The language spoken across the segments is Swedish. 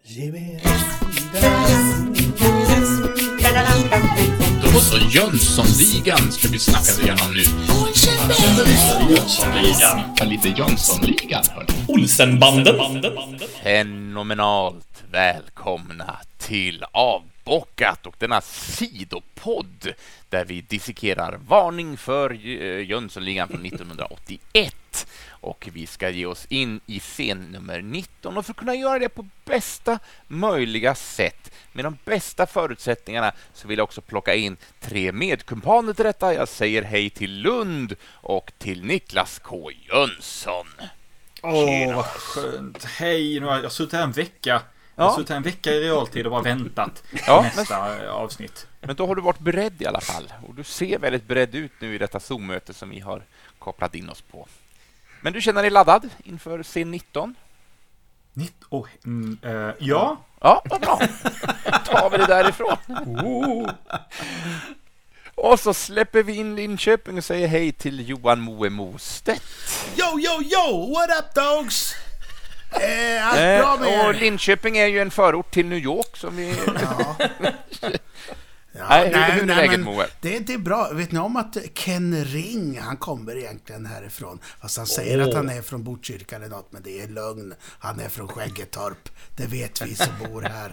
Då så, Jönssonligan ska vi snacka igenom nu. Jönssonligan. Lite Jönssonligan, hörni. Olsenbanden. Fenomenalt välkomna till Avbockat och denna sidopodd där vi dissekerar varning för Jönssonligan från 1981. Och vi ska ge oss in i scen nummer 19 och för att kunna göra det på bästa möjliga sätt med de bästa förutsättningarna så vill jag också plocka in 3 medkumpaner till detta. Jag säger hej till Lund och till Niklas K. Jönsson. Vad skönt. Hej, nu har jag suttit här en vecka. Jag har suttit här en vecka i realtid och bara väntat på nästa avsnitt. Men då har du varit beredd i alla fall. Och du ser väldigt beredd ut nu i detta Zoom-möte som vi har kopplat in oss på. Men du känner dig laddad inför scen 19? Ja. Ja, vad bra. Tar vi det därifrån. Och så släpper vi in Linköping och säger hej till Johan Moe Mostedt. Yo, what up dogs? Allt bra med er? Och Linköping är ju en förort till New York som vi... Nej, men det är bra. Vet ni om att Ken Ring, han kommer egentligen härifrån. Fast han säger att han är från Botkyrka eller något, men det är lögn. Han är från Skäggetorp. Det vet vi som bor här.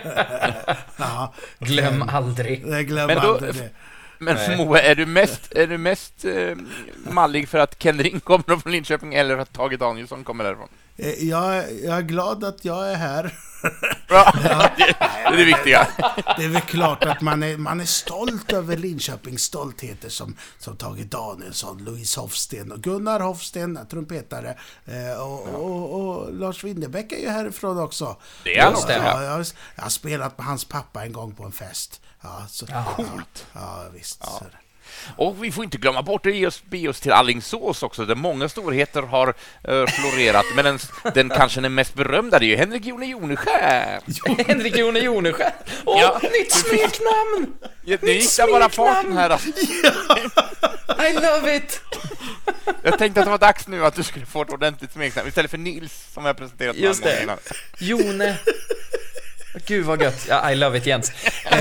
Glöm aldrig. Aldrig det. Men Moe, är du mest mallig för att Ken Ring kommer från Linköping eller för att Tage Danielsson kommer därifrån? Jag är glad att jag är här. Bra. Det är det viktiga. Det är väl klart att man är stolt över Linköpings stoltheter som Tage Danielsson, Louise Hofsten och Gunnar Hofsten, trumpetare, och Lars Winnerbäck är ju härifrån också. Det är också. Jag har spelat med hans pappa en gång på en fest. Coolt. Ja, visst. Ja. Och vi får inte glömma bort att be oss till Alingsås också, där många storheter har florerat. Men den kanske den mest berömda är ju Henrik Jone Joneskär. Henrik Jone Joneskär. Nytt smeknamn! Nu gick det bara farten här. I love it! Jag tänkte att det var dags nu att du skulle få ett ordentligt smeknamn istället för Nils som jag presenterat. Just det, innan. Jone. Gud vad gött. I love it, Jens.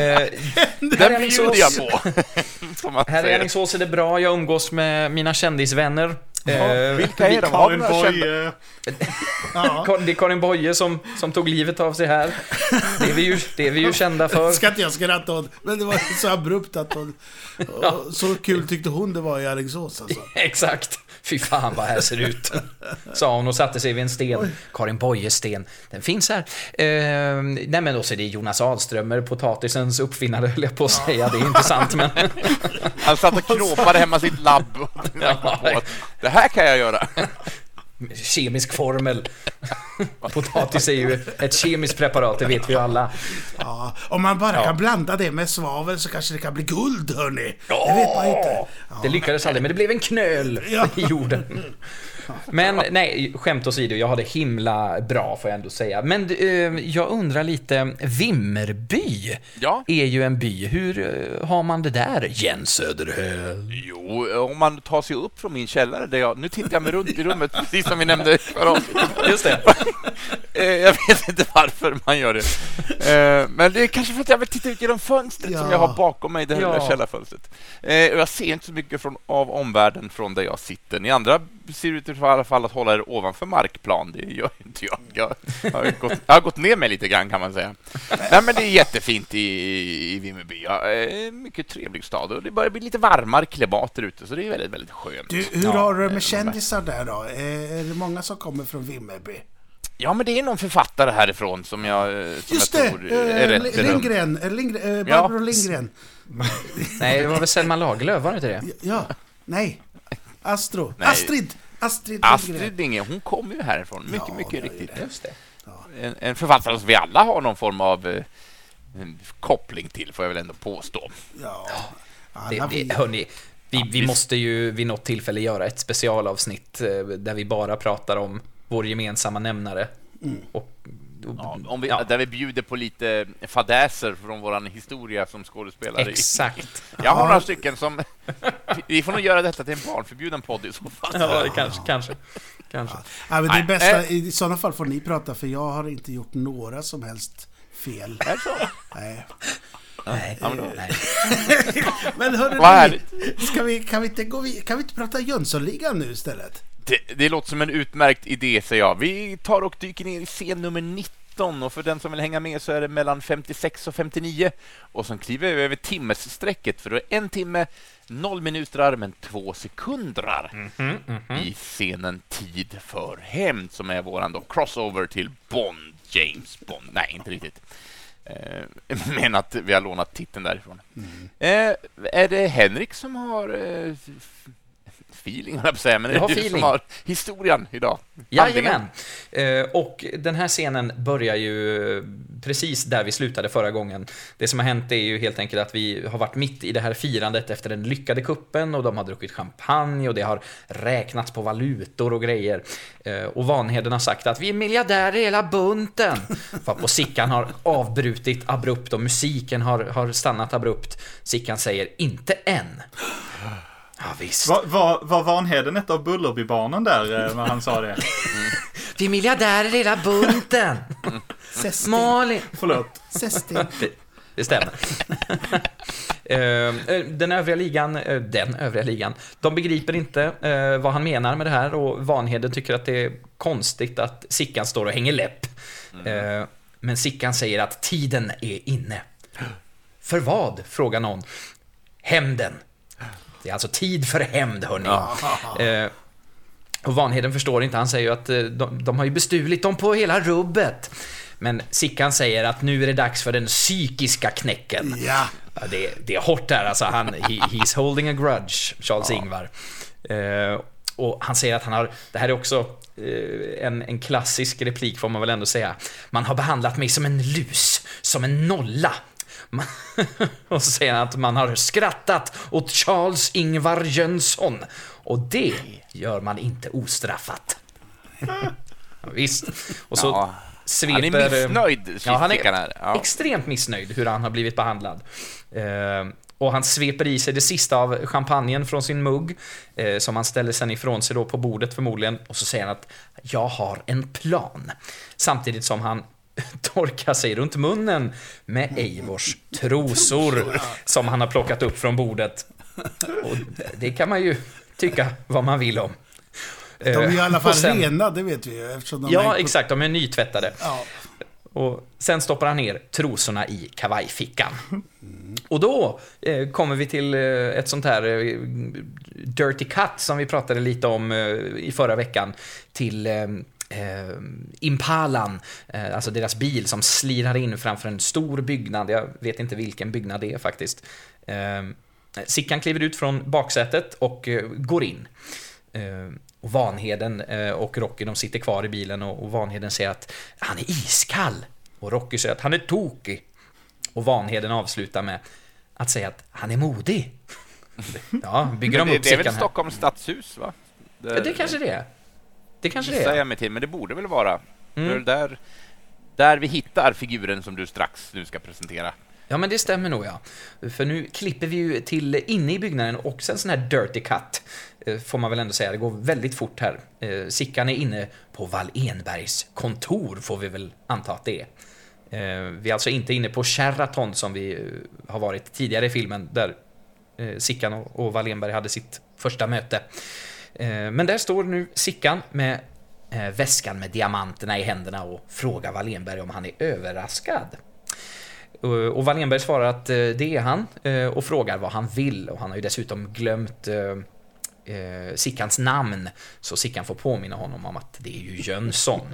Den bjuder jag på. Här i Alingsås är det bra. Jag umgås med mina kändisvänner. Vilka är de? Karin Boye. Det är Karin Boye som tog livet av sig här. Det är vi ju kända för. Ska inte jag skratta åt, men det var så abrupt att hon... Så kul tyckte hon det var i Alingsås alltså. Exakt. Fy fan vad här ser ut, sa hon och satte sig vid en sten. Oj. Karin Boyes sten, den finns här. Nej men då så är det Jonas Ahlströmer, potatisens uppfinnare, höll jag på att säga. Det är inte sant, men han satt och knåpade hemma i sitt labb och det här kan jag göra. Kemisk formel. Potatis är ju ett kemiskt preparat, det vet vi ju alla. Ja, om man bara kan blanda det med svavel så kanske det kan bli guld, hörni. Det vet man inte. Det lyckades aldrig, men det blev en knöl i jorden. Men nej, skämt åsido, jag hade himla bra får jag ändå säga. Men jag undrar lite, Vimmerby är ju en by. Hur har man det där, Jens Söderhöl? Jo, om man tar sig upp från min källare där nu tittar jag mig runt i rummet precis som vi nämnde förra avsnittet. Just det. Jag vet inte varför man gör det. Men det är kanske för att jag vill titta ut genom fönstret som jag har bakom mig, det här källarfönstret. Jag ser inte så mycket av omvärlden från där jag sitter. Ni andra ser ut i alla fall att hålla er ovanför markplan. Det gör inte jag. Jag har gått ner mig lite grann, kan man säga. Nej, men det är jättefint i Vimmerby. Mycket trevlig stad och det börjar bli lite varmare klimat ute, så det är väldigt, väldigt skönt. Hur har du med kändisar där då? Är det många som kommer från Vimmerby? Ja, men det är någon författare härifrån som jag tror är rätt Lindgren, Barbro Lindgren. Nej, det var väl Selma Lagerlöf, var det inte det? Ja, nej. Astrid Lindgren, hon kommer ju härifrån. Mycket riktigt. Just det. En författare som vi alla har någon form av koppling till, får jag väl ändå påstå. Hörni, vi måste ju vid något tillfälle göra ett specialavsnitt där vi bara pratar om vår gemensamma nämnare. Där vi bjuder på lite fadäser från våran historia som skådespelare. Exakt. Jag har några stycken som... Vi får nog göra detta till en barnförbjuden podd i så fall. Ja, kanske. Kanske. Ja, men det bästa, i sådana fall får ni prata, för jag har inte gjort några som helst fel. Är det så? Nej. Nej. Men hörru, kan vi inte prata Jönssonligan nu istället? Det låter som en utmärkt idé, säger jag. Vi tar och dyker ner i scen nummer 19, och för den som vill hänga med så är det mellan 56 och 59. Och sen kliver vi över timmessträcket, för då är 1 timme 0 minuter men 2 sekunder i scenen Tid för hämnd, som är våran då crossover till Bond, James Bond. Nej, inte riktigt. Men att vi har lånat titeln därifrån. Är det Henrik som har feeling, jag säga, men det är du som har historien idag. Jajamän. Och den här scenen börjar ju precis där vi slutade förra gången. Det som har hänt är ju helt enkelt att vi har varit mitt i det här firandet efter den lyckade kuppen, och de har druckit champagne och det har räknats på valutor och grejer. Och Vanheden har sagt att vi är miljardärer i hela bunten. För på Sickan har avbrutit abrupt och musiken har stannat abrupt. Sickan säger inte än. Ja, visst. Var Vanheden ett av Bullerbybarnen där när han sa det? Vi är miljardärer i hela bunten. Malin. Förlåt. Det stämmer. Den övriga ligan, de begriper inte vad han menar med det här, och Vanheden tycker att det är konstigt att Sickan står och hänger läpp. Men Sickan säger att tiden är inne. För vad? Frågar någon. Hämnden. Det är alltså tid för hämnd, hörni. Och Vanheden förstår inte. Han säger ju att de har ju bestulit dem på hela rubbet. Men Sickan säger att nu är det dags för den psykiska knäcken. Ja. Det är hårt där. Alltså he's holding a grudge, Charles Ingvar. Och han säger att han har... Det här är också en klassisk replik, får man väl ändå säga. Man har behandlat mig som en lus, som en nolla. Och så säger han att man har skrattat åt Charles Ingvar Jönsson, och det gör man inte ostraffat. Ja, visst. Och så sveper... Han är missnöjd. Han är extremt missnöjd hur han har blivit behandlad. Och han sveper i sig det sista av champagnen från sin mugg, som han ställer sen ifrån sig då på bordet förmodligen. Och så säger han att jag har en plan. Samtidigt som han torkar sig runt munnen med Eivors trosor som han har plockat upp från bordet. Och det kan man ju tycka vad man vill om. De är i alla fall rena, det vet vi ju. Exakt, de är nytvättade. Ja. Och sen stoppar han ner trosorna i kavajfickan. Och då kommer vi till ett sånt här dirty cut som vi pratade lite om i förra veckan, till Impalan, alltså deras bil som slirar in framför en stor byggnad. Jag vet inte vilken byggnad det är faktiskt. Sickan kliver ut från baksätet och går in. Och Vanheden och Rocky, de sitter kvar i bilen, och Vanheden säger att han är iskall, och Rocky säger att han är tokig, och Vanheden avslutar med att säga att han är modig. Ja, bygger de upp det är väl Stockholms stadshus, va? Det kanske det är. Det kanske det är. Säger jag mig till, men det borde väl vara. För där vi hittar figuren som du strax nu ska presentera. Ja, men det stämmer nog, ja. För nu klipper vi ju till inne i byggnaden, och sen sån här dirty cut, får man väl ändå säga. Det går väldigt fort här. Sickan är inne på Wallenbergs kontor, får vi väl anta att det är. Vi är alltså inte inne på Sheraton som vi har varit tidigare i filmen, där Sickan och Wallenberg hade sitt första möte. Men där står nu Sickan med väskan med diamanterna i händerna och frågar Wallenberg om han är överraskad. Och Wallenberg svarar att det är han, och frågar vad han vill, och han har ju dessutom glömt Sickans namn, så Sickan får påminna honom om att det är ju Jönsson.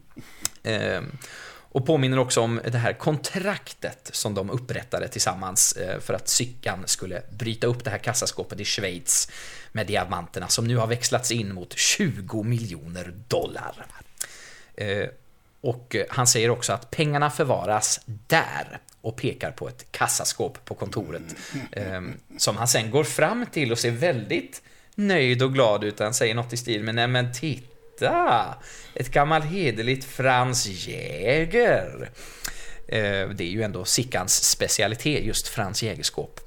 Och påminner också om det här kontraktet som de upprättade tillsammans för att Sickan skulle bryta upp det här kassaskåpet i Schweiz med diamanterna, som nu har växlats in mot $20 miljoner. Och han säger också att pengarna förvaras där, och pekar på ett kassaskåp på kontoret, som han sen går fram till och ser väldigt nöjd och glad ut. Han säger något i stil med: nej men titta, ett gammalt hederligt Franz Jäger. Det är ju ändå Sickans specialitet, just Franz Jägerskåp.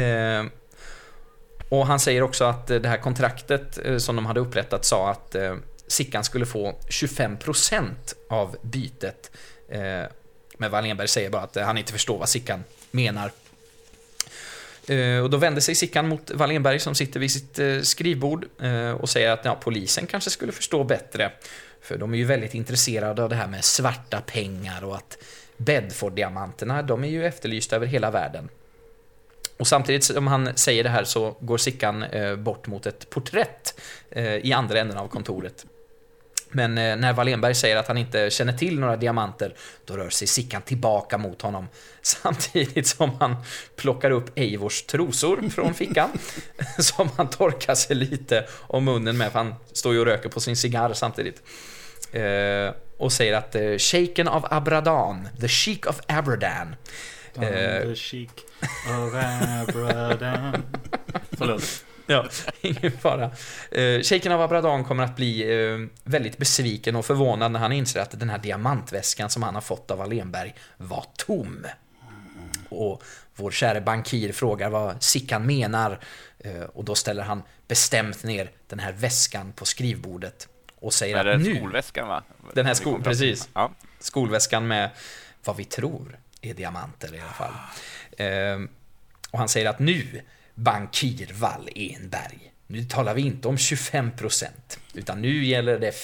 Och han säger också att det här kontraktet som de hade upprättat sa att Sickan skulle få 25% av bytet. Men Wallenberg säger bara att han inte förstår vad Sickan menar. Och då vänder sig Sickan mot Wallenberg som sitter vid sitt skrivbord och säger att polisen kanske skulle förstå bättre. För de är ju väldigt intresserade av det här med svarta pengar och att Bedford-diamanterna, de är ju efterlysta över hela världen. Och samtidigt som han säger det här så går Sickan bort mot ett porträtt i andra änden av kontoret. Men när Wallenberg säger att han inte känner till några diamanter, då rör sig Sickan tillbaka mot honom. Samtidigt som han plockar upp Eivors trosor från fickan som han torkar sig lite om munnen med, för han står ju och röker på sin cigarr samtidigt. Och säger att Shaken of Abradan, the Sheik of Abradan. The Sheik of Abradan. Förlåt. Ja, ingen fara. Shaken av Abradan kommer att bli väldigt besviken och förvånad när han inser att den här diamantväskan som han har fått av Wallenberg var tom. Och vår kära bankir frågar vad Sickan menar, och då ställer han bestämt ner den här väskan på skrivbordet och säger att nu... Skolväskan, va? Den här precis. Ja. Skolväskan med vad vi tror är diamanter i alla fall. Och han säger att nu, bankir Wallenberg, nu talar vi inte om 25%, utan nu gäller det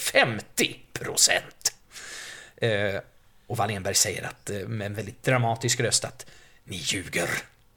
50%. Och Wallenberg säger att med en väldigt dramatisk röst att ni ljuger.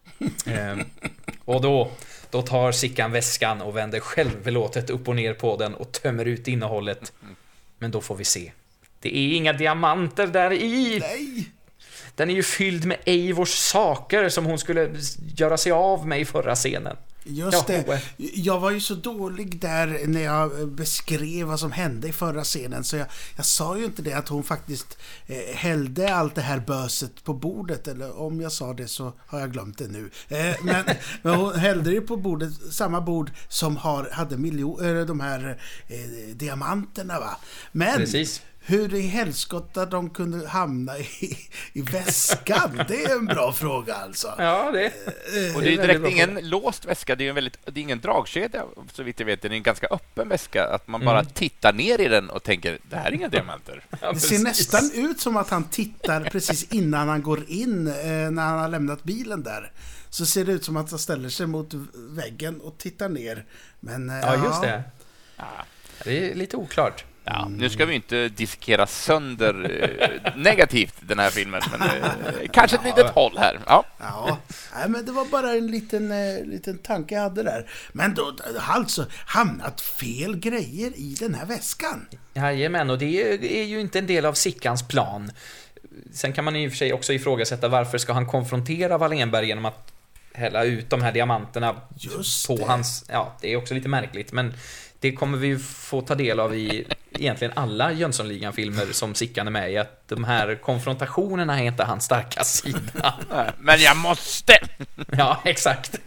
Och då tar Sickan väskan och vänder självbelåtet upp och ner på den och tömmer ut innehållet. Men då får vi se. Det är inga diamanter där i. Nej! Den är ju fylld med Eivors saker som hon skulle göra sig av med i förra scenen. Just det. Jag var ju så dålig där när jag beskrev vad som hände i förra scenen, så jag sa ju inte det att hon faktiskt hällde allt det här böset på bordet, eller om jag sa det så har jag glömt det nu. Men hon hällde det på bordet, samma bord som hade de här diamanterna, va? Men precis. Hur i helskotta de kunde hamna i väskan, det är en bra fråga alltså. Ja, det. Och det är direkt ingen låst väska, det är ingen dragkedja, så vitt jag vet. Det är en ganska öppen väska, att man bara tittar ner i den och tänker, det här är inga diamanter. Ja, det ser nästan ut som att han tittar precis innan han går in, när han har lämnat bilen där. Så ser det ut som att han ställer sig mot väggen och tittar ner. Men, ja, just det. Ja, det är lite oklart. Ja, nu ska vi inte dissekera sönder negativt den här filmen, men kanske ett litet håll här. Ja, men det var bara en liten tanke jag hade där. Men då har alltså hamnat fel grejer i den här väskan. Jajamän, och det är ju inte en del av Sickans plan. Sen kan man i och för sig också ifrågasätta varför ska han konfrontera Wallenberg genom att hälla ut de här diamanterna på hans... Ja, det är också lite märkligt, men det kommer vi få ta del av i egentligen alla Jönssonligan-filmer som Sickan är med i, att de här konfrontationerna är inte hans starka sida. Men jag måste! Ja, exakt.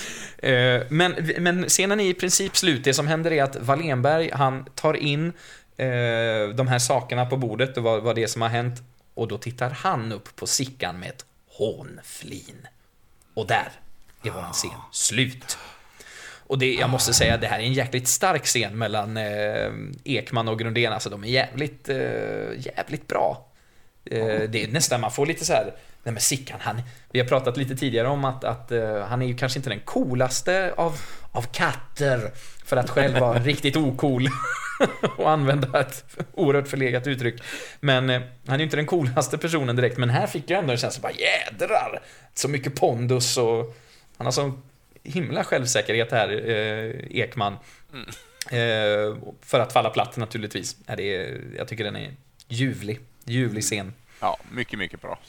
Men scenen är i princip slut. Det som händer är att Wallenberg, han tar in de här sakerna på bordet och vad det är som har hänt, och då tittar han upp på Sickan med ett hånflin. Och där är våran scen slut. Och det, jag måste säga, det här är en jäkligt stark scen mellan Ekman och Grundén. Alltså de är jävligt bra. Det är nästan, man får lite så här, nej men Sickan, vi har pratat lite tidigare om att han är ju kanske inte den coolaste av katter, för att själv vara riktigt ocool och använda ett oerhört förlegat uttryck. Men han är ju inte den coolaste personen direkt, men här fick jag ändå en känsla bara, jädrar, så mycket pondus, och han har så himla självsäkerhet här, Ekman. För att falla platt naturligtvis. Jag tycker den är ljuvlig scen. Ja, mycket bra.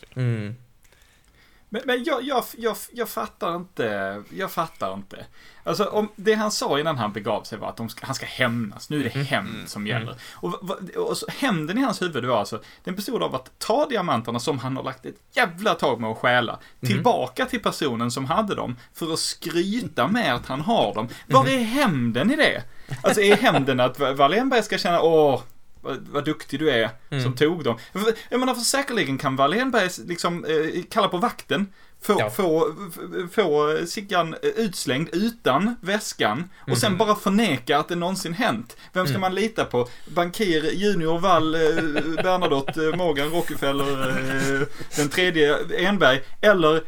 Men jag fattar inte. Alltså, om det han sa innan han begav sig var att han ska hämnas. Nu är det hämnd som gäller. Och så, hämnden i hans huvud var alltså, den bestod av att ta diamanterna som han har lagt ett jävla tag med att stjäla tillbaka till personen som hade dem, för att skryta med att han har dem. Var är hämnden i det? Alltså, är hämnden att Wallenberg ska känna, vad duktig du är som tog dem? Jag menar, för säkerligen kan Wallenberg liksom kalla på vakten, få Siggan utslängd utan väskan och sen bara förneka att det någonsin hänt. Vem ska man lita på? Bankir, Junior, Wall, Bernadotte, Morgan, Rockefeller, den tredje Enberg eller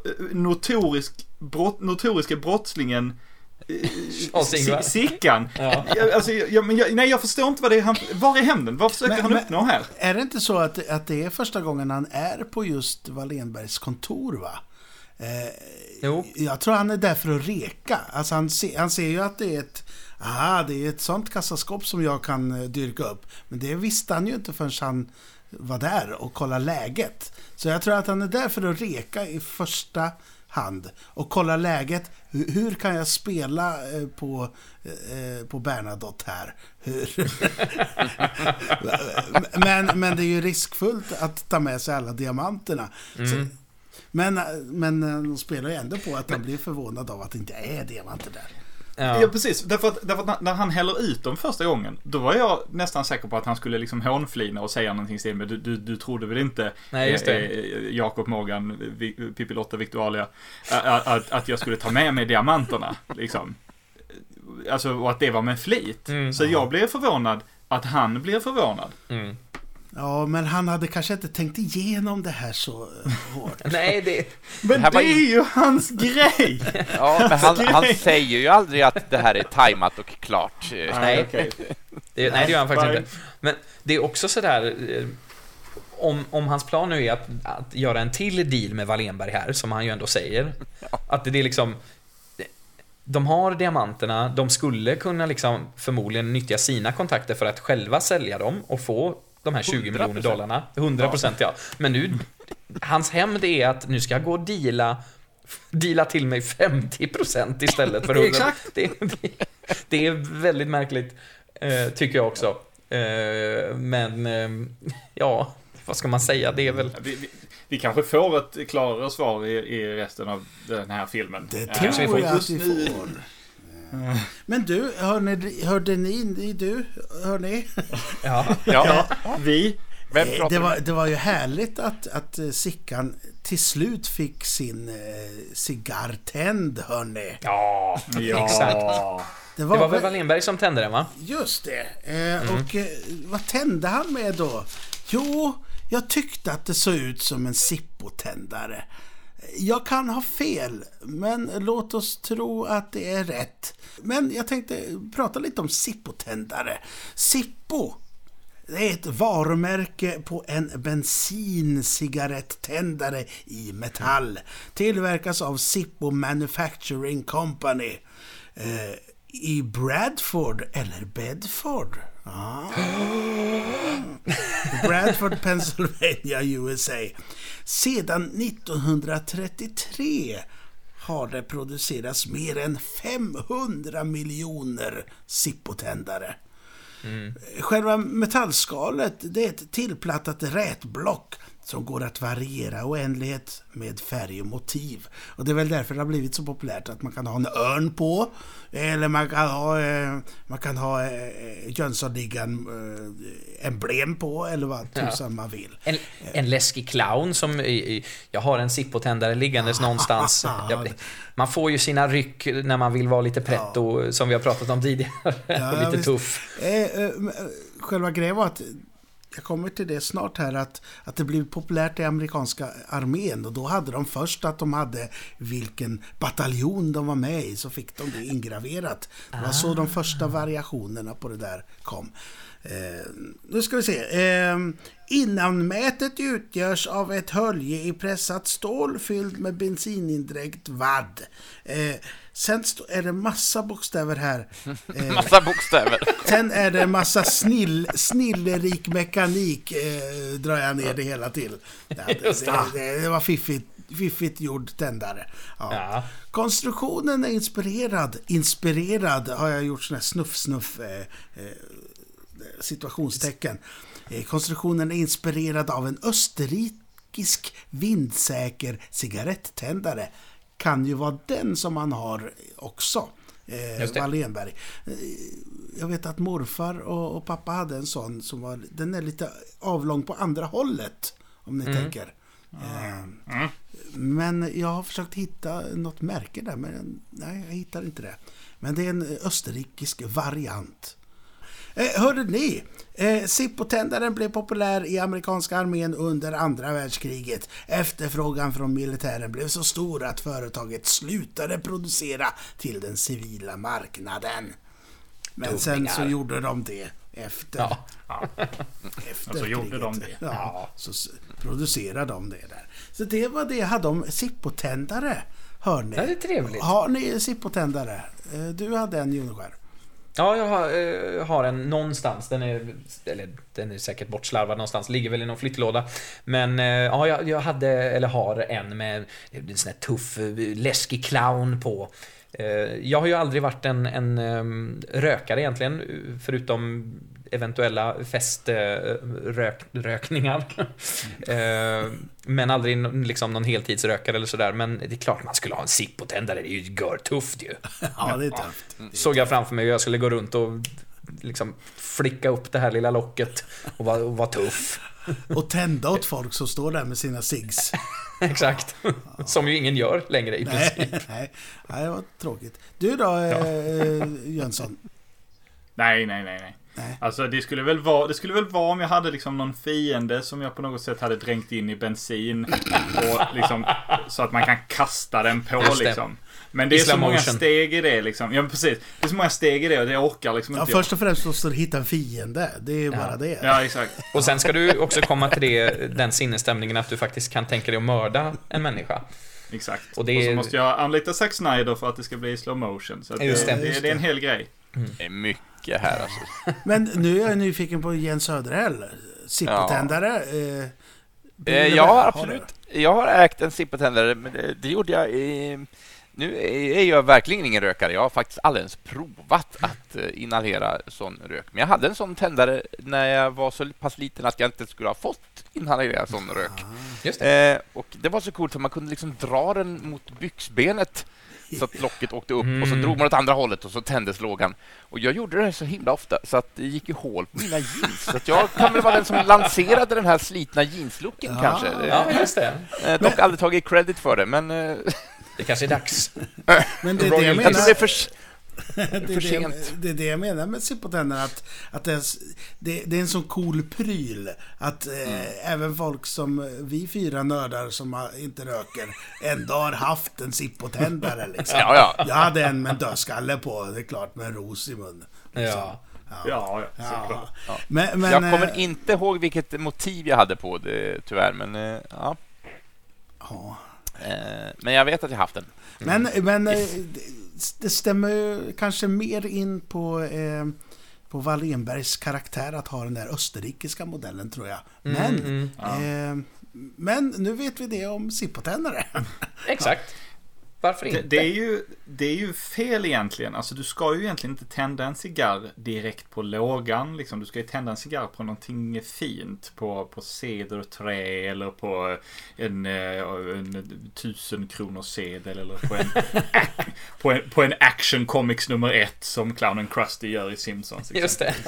notoriska brottslingen Sickan. Ja. Alltså, jag förstår inte vad det är var är hämnden? Vad försöker han uppnå här? Är det inte så att det är första gången han är på just Wallenbergs kontor, va? Jo. Jag tror han är där för att reka. Alltså han ser ju att det är ett sånt kassaskåp som jag kan dyrka upp. Men det visste han ju inte förrän han var där och kollade läget. Så jag tror att han är där för att reka i första hand och kolla läget. Hur kan jag spela på Bernadotte här? men det är ju riskfullt att ta med sig alla diamanterna. Så, men de spelar ju ändå på att han blir förvånad av att det inte är diamanter där. Ja, precis. Därför att när han häller ut dem första gången, då var jag nästan säker på att han skulle liksom hånflina och säga någonting till mig. Du trodde väl inte, Jakob, Morgan, Pippi, Lotta, Victualia, att jag skulle ta med mig diamanterna, liksom. Alltså, och att det var med flit. Så jag blev förvånad att han blev förvånad. Ja, men han hade kanske inte tänkt igenom det här så hårt. Nej, men det är ju hans grej. Ja, men han säger ju aldrig att det här är tajmat och klart. Nej, okay. det gör han faktiskt inte. Men det är också sådär, om hans plan nu är att göra en till deal med Wallenberg här, som han ju ändå säger, att det är liksom, de har diamanterna, de skulle kunna liksom förmodligen nyttja sina kontakter för att själva sälja dem och få de här 20 miljoner dollarna. 100%, ja. Men nu, hans hämnd är att nu ska jag gå och deala till mig 50% istället för 100%. Exakt. Det är väldigt märkligt, tycker jag också. Men ja, vad ska man säga? Det är väl... Vi kanske får ett klarare svar i resten av den här filmen. Det tror jag att vi får. Men du, hörde ni? Ja. Vi. Det var ju härligt att Sickan till slut fick sin cigarrtänd, hörni. Ja, exakt. Det var väl Wallenberg som tände den, va? Just det. Och vad tände han med då? Jo, jag tyckte att det såg ut som en Zippo-tändare. Jag kan ha fel, men låt oss tro att det är rätt. Men jag tänkte prata lite om Zippo-tändare. Zippo, det är ett varumärke på en bensincigaretttändare i metall. Tillverkas av Zippo Manufacturing Company i Bradford eller Bedford. Bradford, Pennsylvania, USA. Sedan 1933 har det producerats mer än 500 miljoner Zippo-tändare. Själva metallskalet, det är ett tillplattat rätblock som går att variera oändlighet med färg och motiv. Och det är väl därför det har blivit så populärt att man kan ha en örn på, eller man kan ha Jönssonligan emblem på, eller vad tusan man vill. En läskig clown som jag har en Zippo-tändare liggandes någonstans. Man får ju sina ryck när man vill vara lite pretto, som vi har pratat om tidigare. Lite tuff. Själva grejen var att jag kommer till det snart här, att det blev populärt i amerikanska armén, och då hade de först att de hade vilken bataljon de var med i, så fick de det ingraverat. Det var så de första variationerna på det där kom. Nu ska vi se. Innanmätet utgörs av ett hölje i pressat stål fylld med bensinindräkt vadd. Sen är det massa bokstäver här. Massa bokstäver. Sen är det massa snillerik mekanik, drar jag ner det hela till. Det var fiffigt gjord tändare. Ja. Konstruktionen är inspirerad har jag gjort sån här snuff situationstecken. Konstruktionen är inspirerad av en österrikisk vindsäker cigaretttändare. Kan ju vara den som man har också, Wallenberg. Jag vet att morfar och pappa hade en sån som var, den är lite avlång på andra hållet, om ni tänker. Men jag har försökt hitta något märke där, men nej, jag hittar inte det. Men det är en österrikisk variant. Hörde ni? Zippo-tändaren blev populär i amerikanska armén under andra världskriget. Efterfrågan från militären blev så stor att företaget slutade producera till den civila marknaden. Men sen så gjorde de det efter. Så gjorde de det. Ja, så producerade de det där. Så det var det jag hade om Zippo-tändare. Hör ni? Det är trevligt. Har ni Zippo-tändare? Du hade en, Joneskär. Ja, jag har en någonstans. Den är säkert bortslarvad någonstans. Ligger väl i någon flyttlåda. Men ja, jag har en med en sån här tuff, läskig clown på. Jag har ju aldrig varit en rökare egentligen, förutom eventuella feströkningar. Men aldrig liksom någon heltidsrökare eller sådär. Men det är klart man skulle ha en Zippo-tändare. Det är ju görtufft ju. Ja, det är tufft. Såg jag framför mig hur jag skulle gå runt och liksom flicka upp det här lilla locket och vara tuff. Och tända åt folk som står där med sina cigs. Exakt. Som ju ingen gör längre i princip. Nej, det var tråkigt. Du då, Jönsson? Nej. Alltså det skulle väl vara om jag hade liksom någon fiende som jag på något sätt hade dränkt in i bensin och liksom, så att man kan kasta den på liksom. Men det är så många steg i det liksom. Ja, precis. Det är så många steg i det och det orkar liksom inte. Först och främst måste du hitta en fiende. Det är ju bara det. Ja, exakt. Och sen ska du också komma till den sinnesstämningen att du faktiskt kan tänka dig att mörda en människa. Exakt. Och så måste jag anlita Zack Snyder för att det ska bli slow motion. Så det är en hel grej. Det är mycket här alltså. Men nu är jag nyfiken på Jens Söderhäll. Zippo-tändare. Jag har ägt en Zippo-tändare, men det gjorde jag nu är jag verkligen ingen rökare. Jag har faktiskt aldrig ens provat att inhalera sån rök. Men jag hade en sån tändare när jag var så pass liten att jag inte skulle ha fått inhalera sån rök. Just det. Och det var så coolt för man kunde liksom dra den mot byxbenet så att locket åkte upp och så drog man åt andra hållet och så tändes lågan. Och jag gjorde det så himla ofta så att det gick i hål på mina jeans. Så att jag kan väl vara den som lanserade den här slitna jeanslooken kanske. Ja, just det. Dock aldrig tagit credit för det, men... Det kanske är dags. Men det är det jag menar. Jag tror det är för sent. Det är det jag menar med Zippo-tändare, att det är en sån cool pryl att även folk som vi 4 nördar som inte röker ändå har haft en Zippo-tändare liksom. Ja. Jag hade en med en dödskalle på, det är klart, med en ros i mun. Liksom. Ja. Men, jag kommer inte ihåg vilket motiv jag hade på det, tyvärr, men ja. Men jag vet att jag haft den. Men det stämmer ju kanske mer in på Wallenbergs karaktär att ha den där österrikiska modellen, tror jag. Men nu vet vi det om Zippo-tändare. Exakt. Varför inte? Det är ju fel egentligen. Alltså du ska ju egentligen inte tända en cigarr direkt på lågan. Liksom. Du ska ju tända en cigarr på någonting fint. På cederträ eller på en 1000 kronor sedel eller på en Action Comics nummer 1 som clownen Krusty gör i Simpsons. Just det.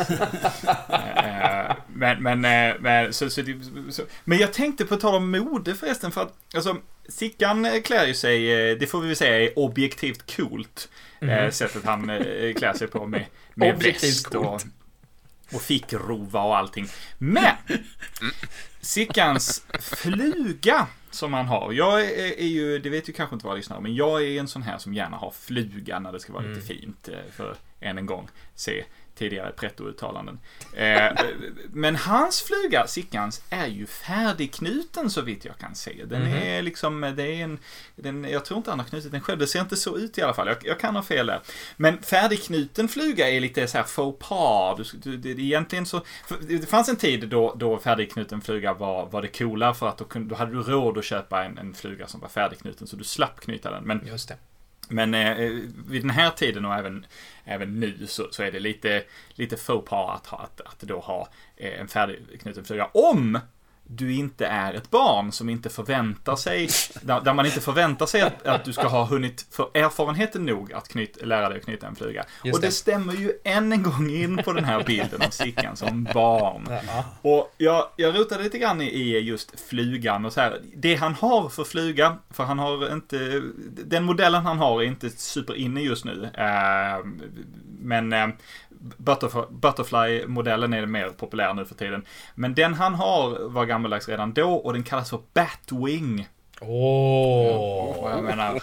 Men jag tänkte på tal om mode förresten, för att alltså, Sickan klär ju sig, det får vi väl säga är objektivt coolt. Sättet han klär sig på med väst och fickrova och allting. Men Sickans fluga som han har, jag är ju, det vet ju kanske inte vad jag lyssnar, men jag är en sån här som gärna har fluga när det ska vara lite fint, för en gång se tidigare pretto-uttalanden. Men hans fluga, Sickans, är ju färdigknuten så vitt jag kan se. Den är liksom, jag tror inte han har knutit den själv. Det ser inte så ut i alla fall. Jag kan ha fel där. Men färdigknuten fluga är lite så här faux pas. Det egentligen så, det fanns en tid då färdigknuten fluga var det coola, för att då hade du råd att köpa en fluga som var färdigknuten så du slapp knyta den. Men just det. Men vid den här tiden och även nu så är det lite faux pas att då ha en färdigknuten fluga. Om du inte är ett barn som inte förväntar sig, där man inte förväntar sig att du ska ha hunnit för erfarenheten nog att lära dig att knyta en fluga. Och det stämmer ju än en gång in på den här bilden av Stickan som barn. Och jag rotade lite grann i just flugan och så här. Det han har för fluga, för han har inte, den modellen han har är inte super inne just nu. Men Butterfly-modellen är mer populär nu för tiden. Men den han har var gammaldags redan då och den kallas för Batwing. Vad jag menar.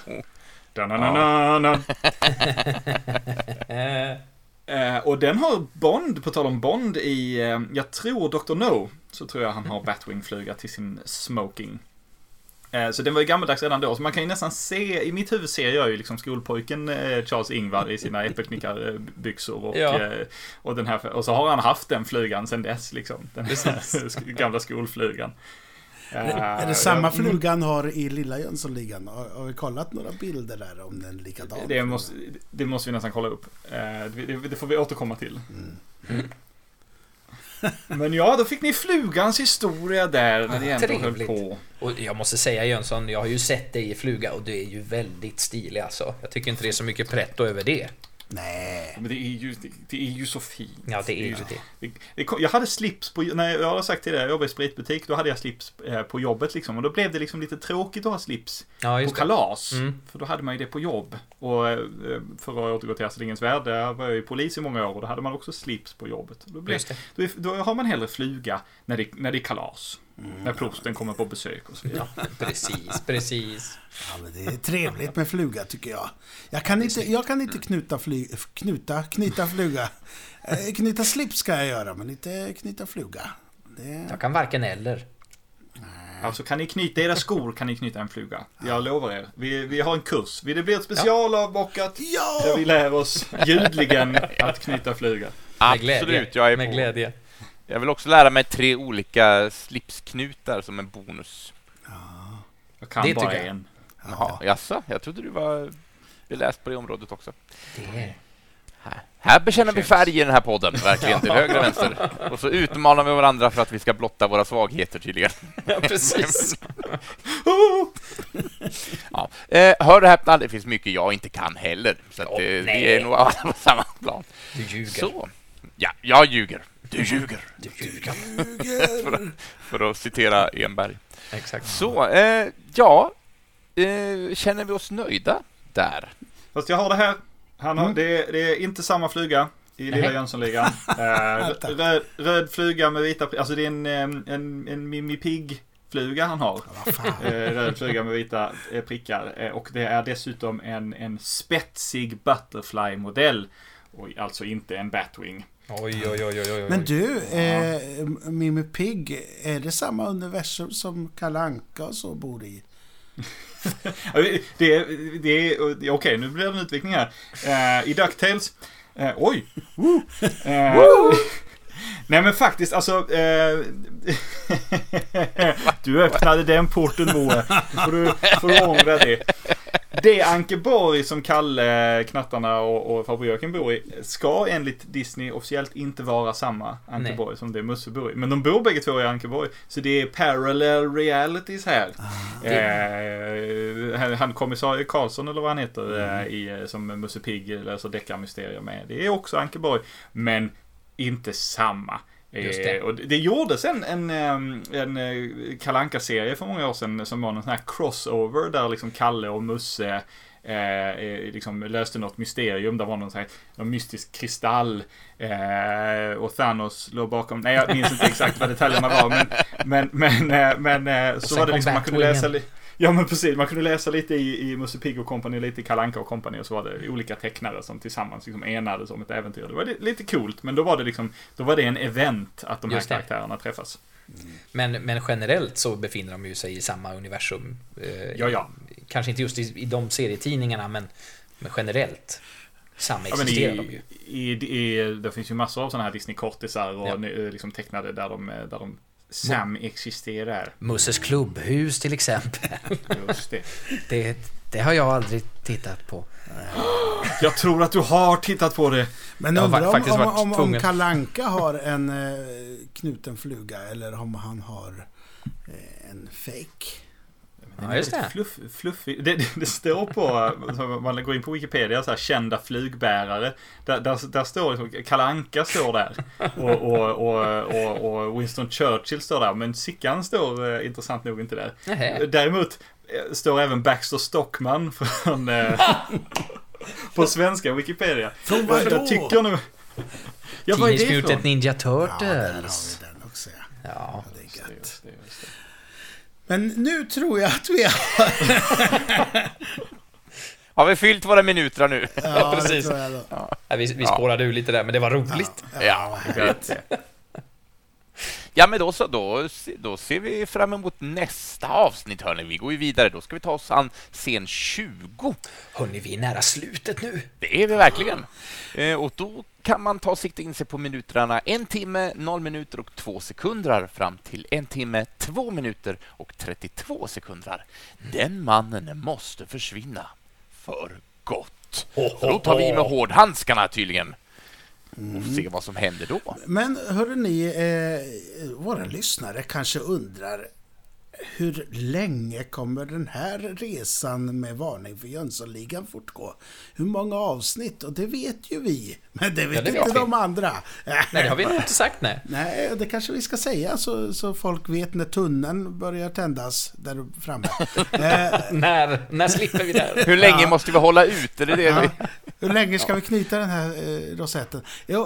Och den har Bond, på tal om Bond i, jag tror Dr. No, så tror jag han har Batwing-fluga till sin smoking. Så den var ju gammaldags redan då. Så man kan ju nästan se, i mitt huvud ser jag ju liksom skolpojken Charles Ingvar i sina äppelknickarbyxor och den här, och så har han haft den flugan sedan dess liksom. Den här gamla skolflugan. Är det samma flugan har i Lilla Jönssonligan? Har vi kollat några bilder där om den likadan? Det måste vi nästan kolla upp. Det får vi återkomma till. Men ja, då fick ni flugans historia där när ni ändå höll på. Och jag måste säga Jönsson, jag har ju sett dig i fluga och du är ju väldigt stilig alltså. Jag tycker inte det är så mycket pretto över det. Nej. Men det är ju så fint. Ja, det är ju det. Jag hade slips på, när jag har sagt till dig, jag jobbade i spritbutik, då hade jag slips på jobbet liksom. Och då blev det liksom lite tråkigt att ha slips på kalas. För då hade man ju det på jobb. Och för att återgå till Astrid Lindgrens Värld, där var jag ju polis i många år och då hade man också slips på jobbet. Då har man hellre fluga när det är kalas. När prosten kommer på besök och så vidare. Ja, precis. Ja, men det är trevligt med fluga tycker jag. Jag kan inte knyta fluga. Knyta slips ska jag göra, men inte knyta fluga. Jag kan varken eller. Alltså kan ni knyta era skor kan ni knyta en fluga. Jag lovar er. Vi har en kurs. Det blir ett specialavbockat där vi lär oss ljudligen att knyta fluga. Absolut, jag är med glädje. Jag vill också lära mig 3 olika slipsknutar som en bonus. Jag kan det bara en. Jaha, jaså? Jag trodde vi läst på det området också. Det. Här bekänner vi färg i den här podden, verkligen till höger och vänster. Och så utmanar vi varandra för att vi ska blotta våra svagheter tydligen. Ja, precis. Ja. Hör och häpna, det finns mycket jag inte kan heller. Så att, vi är nog alla på samma plan. Du ljuger. Så. Ja, jag ljuger. Du ljuger. för att citera Enberg. Exakt. Så, känner vi oss nöjda där? Fast jag har det här. Det är inte samma fluga i Lilla Jönssonligan. Röd fluga med vita... Alltså det är en Mimmi Pigg-fluga han har. Röd fluga med vita prickar. Och det är dessutom en spetsig Butterfly-modell. Och alltså inte en Batwing. Oj. Men du, Mimmi Pigg, är det samma universum som Kalle Anka och så bor i? Okej, nu blir det en utveckling här. I DuckTales. Nej men faktiskt, alltså du öppnade den porten, Moe. Får du ångra det. Det Ankeborg som Kalle, Knattarna och Farbror bor i ska enligt Disney officiellt inte vara samma Ankeborg som det Musse bor i. Men de bor bägge två i Ankeborg. Så det är parallel realities här. Han kommissarie Karlsson eller vad han heter som Musse Pigg läser deckarmysterier med. Det är också Ankeborg. Men inte samma. Och det gjordes en Kalle Anka-serie för många år sedan som var en sån här crossover där liksom Kalle och Musse liksom löste något mysterium. Det var någon mystisk kristall och Thanos låg bakom. Nej, jag minns inte exakt vad detaljerna var, men så var det liksom man kunde läsa ja, men precis. Man kunde läsa lite i Musse Pigg och Company, lite i Kalle Anka och Company, och så var det olika tecknare som tillsammans liksom enades om ett äventyr. Det var lite coolt, men då var det en event att de här karaktärerna träffas. Men generellt så befinner de ju sig i samma universum. Ja. Kanske inte just i de serietidningarna, men generellt samexisterar de ju. Det finns ju massor av sådana här Disney-kortisar och liksom tecknade där de samexisterar. Musses klubbhus till exempel. Just det. Det har jag aldrig tittat på. Jag tror att du har tittat på det. Men undrar om Kalle Anka har en knuten fluga eller om han har fake. Ja, just det. Fluffig. Det står på, man går in på Wikipedia, så här kända flygbärare. Där står liksom, Kalle Anka står där. Och Winston Churchill står där. Men Sickan står intressant nog inte där. Däremot står även Baxter Stockman från på svenska Wikipedia. Jag tycker nu... Teenage Mutant Ninja Turtles. Ja, där har vi den också. Ja. Det är gött. Men nu tror jag att vi har vi fyllt våra minuter nu? Ja, precis. Det tror jag då. Ja, vi spårade ur lite där, men det var roligt. Ja. Ja, men då ser vi fram emot nästa avsnitt, hörni. Vi går ju vidare. Då ska vi ta oss an scen 20. Hörni, vi är nära slutet nu. Det är vi verkligen. Och då kan man ta sikte in sig på minuterna 1 timme, 0 minuter och 2 sekunder fram till 1 timme, 2 minuter och 32 sekunder. Den mannen måste försvinna för gott. Då tar vi med hårdhandskarna tydligen. Och se vad som händer då. Men hörde ni, våra lyssnare kanske undrar, hur länge kommer den här resan med Varning för Jönssonligan fortgå? Hur många avsnitt? Och det vet ju vi, men det vet inte de andra. Nej, det har vi nog inte sagt, nej. Nej, det kanske vi ska säga så folk vet när tunneln börjar tändas där framme. När slipper vi där? Hur länge måste vi hålla ut? Är det Hur länge ska vi knyta den här rosetten?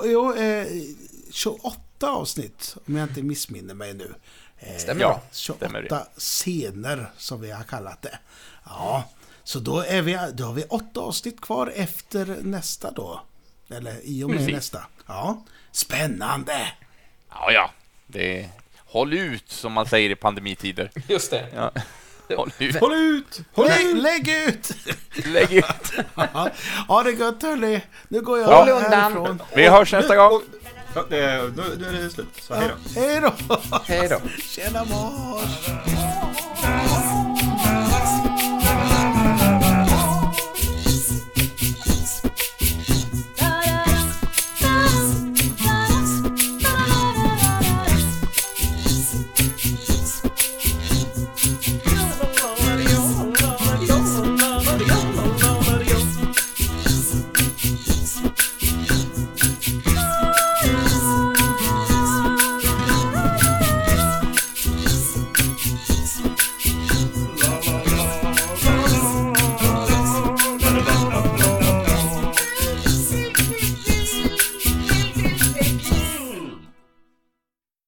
28 avsnitt, om jag inte missminner mig nu. Stämmer bra. 28 scener som vi har kallat det. Ja, så då har vi 8 avsnitt kvar efter nästa då. Eller i och med nästa. Ja, spännande. Ja. Håll ut, som man säger i pandemitider. Just det. Ja. Håll ut. Lägg ut. Lägg ut. Ja, det är gott, hörni. Nu går jag härifrån. Vi hörs nästa gång. Nu är det slut. Så hej då. Hej då. Hej då. Tjena, mors.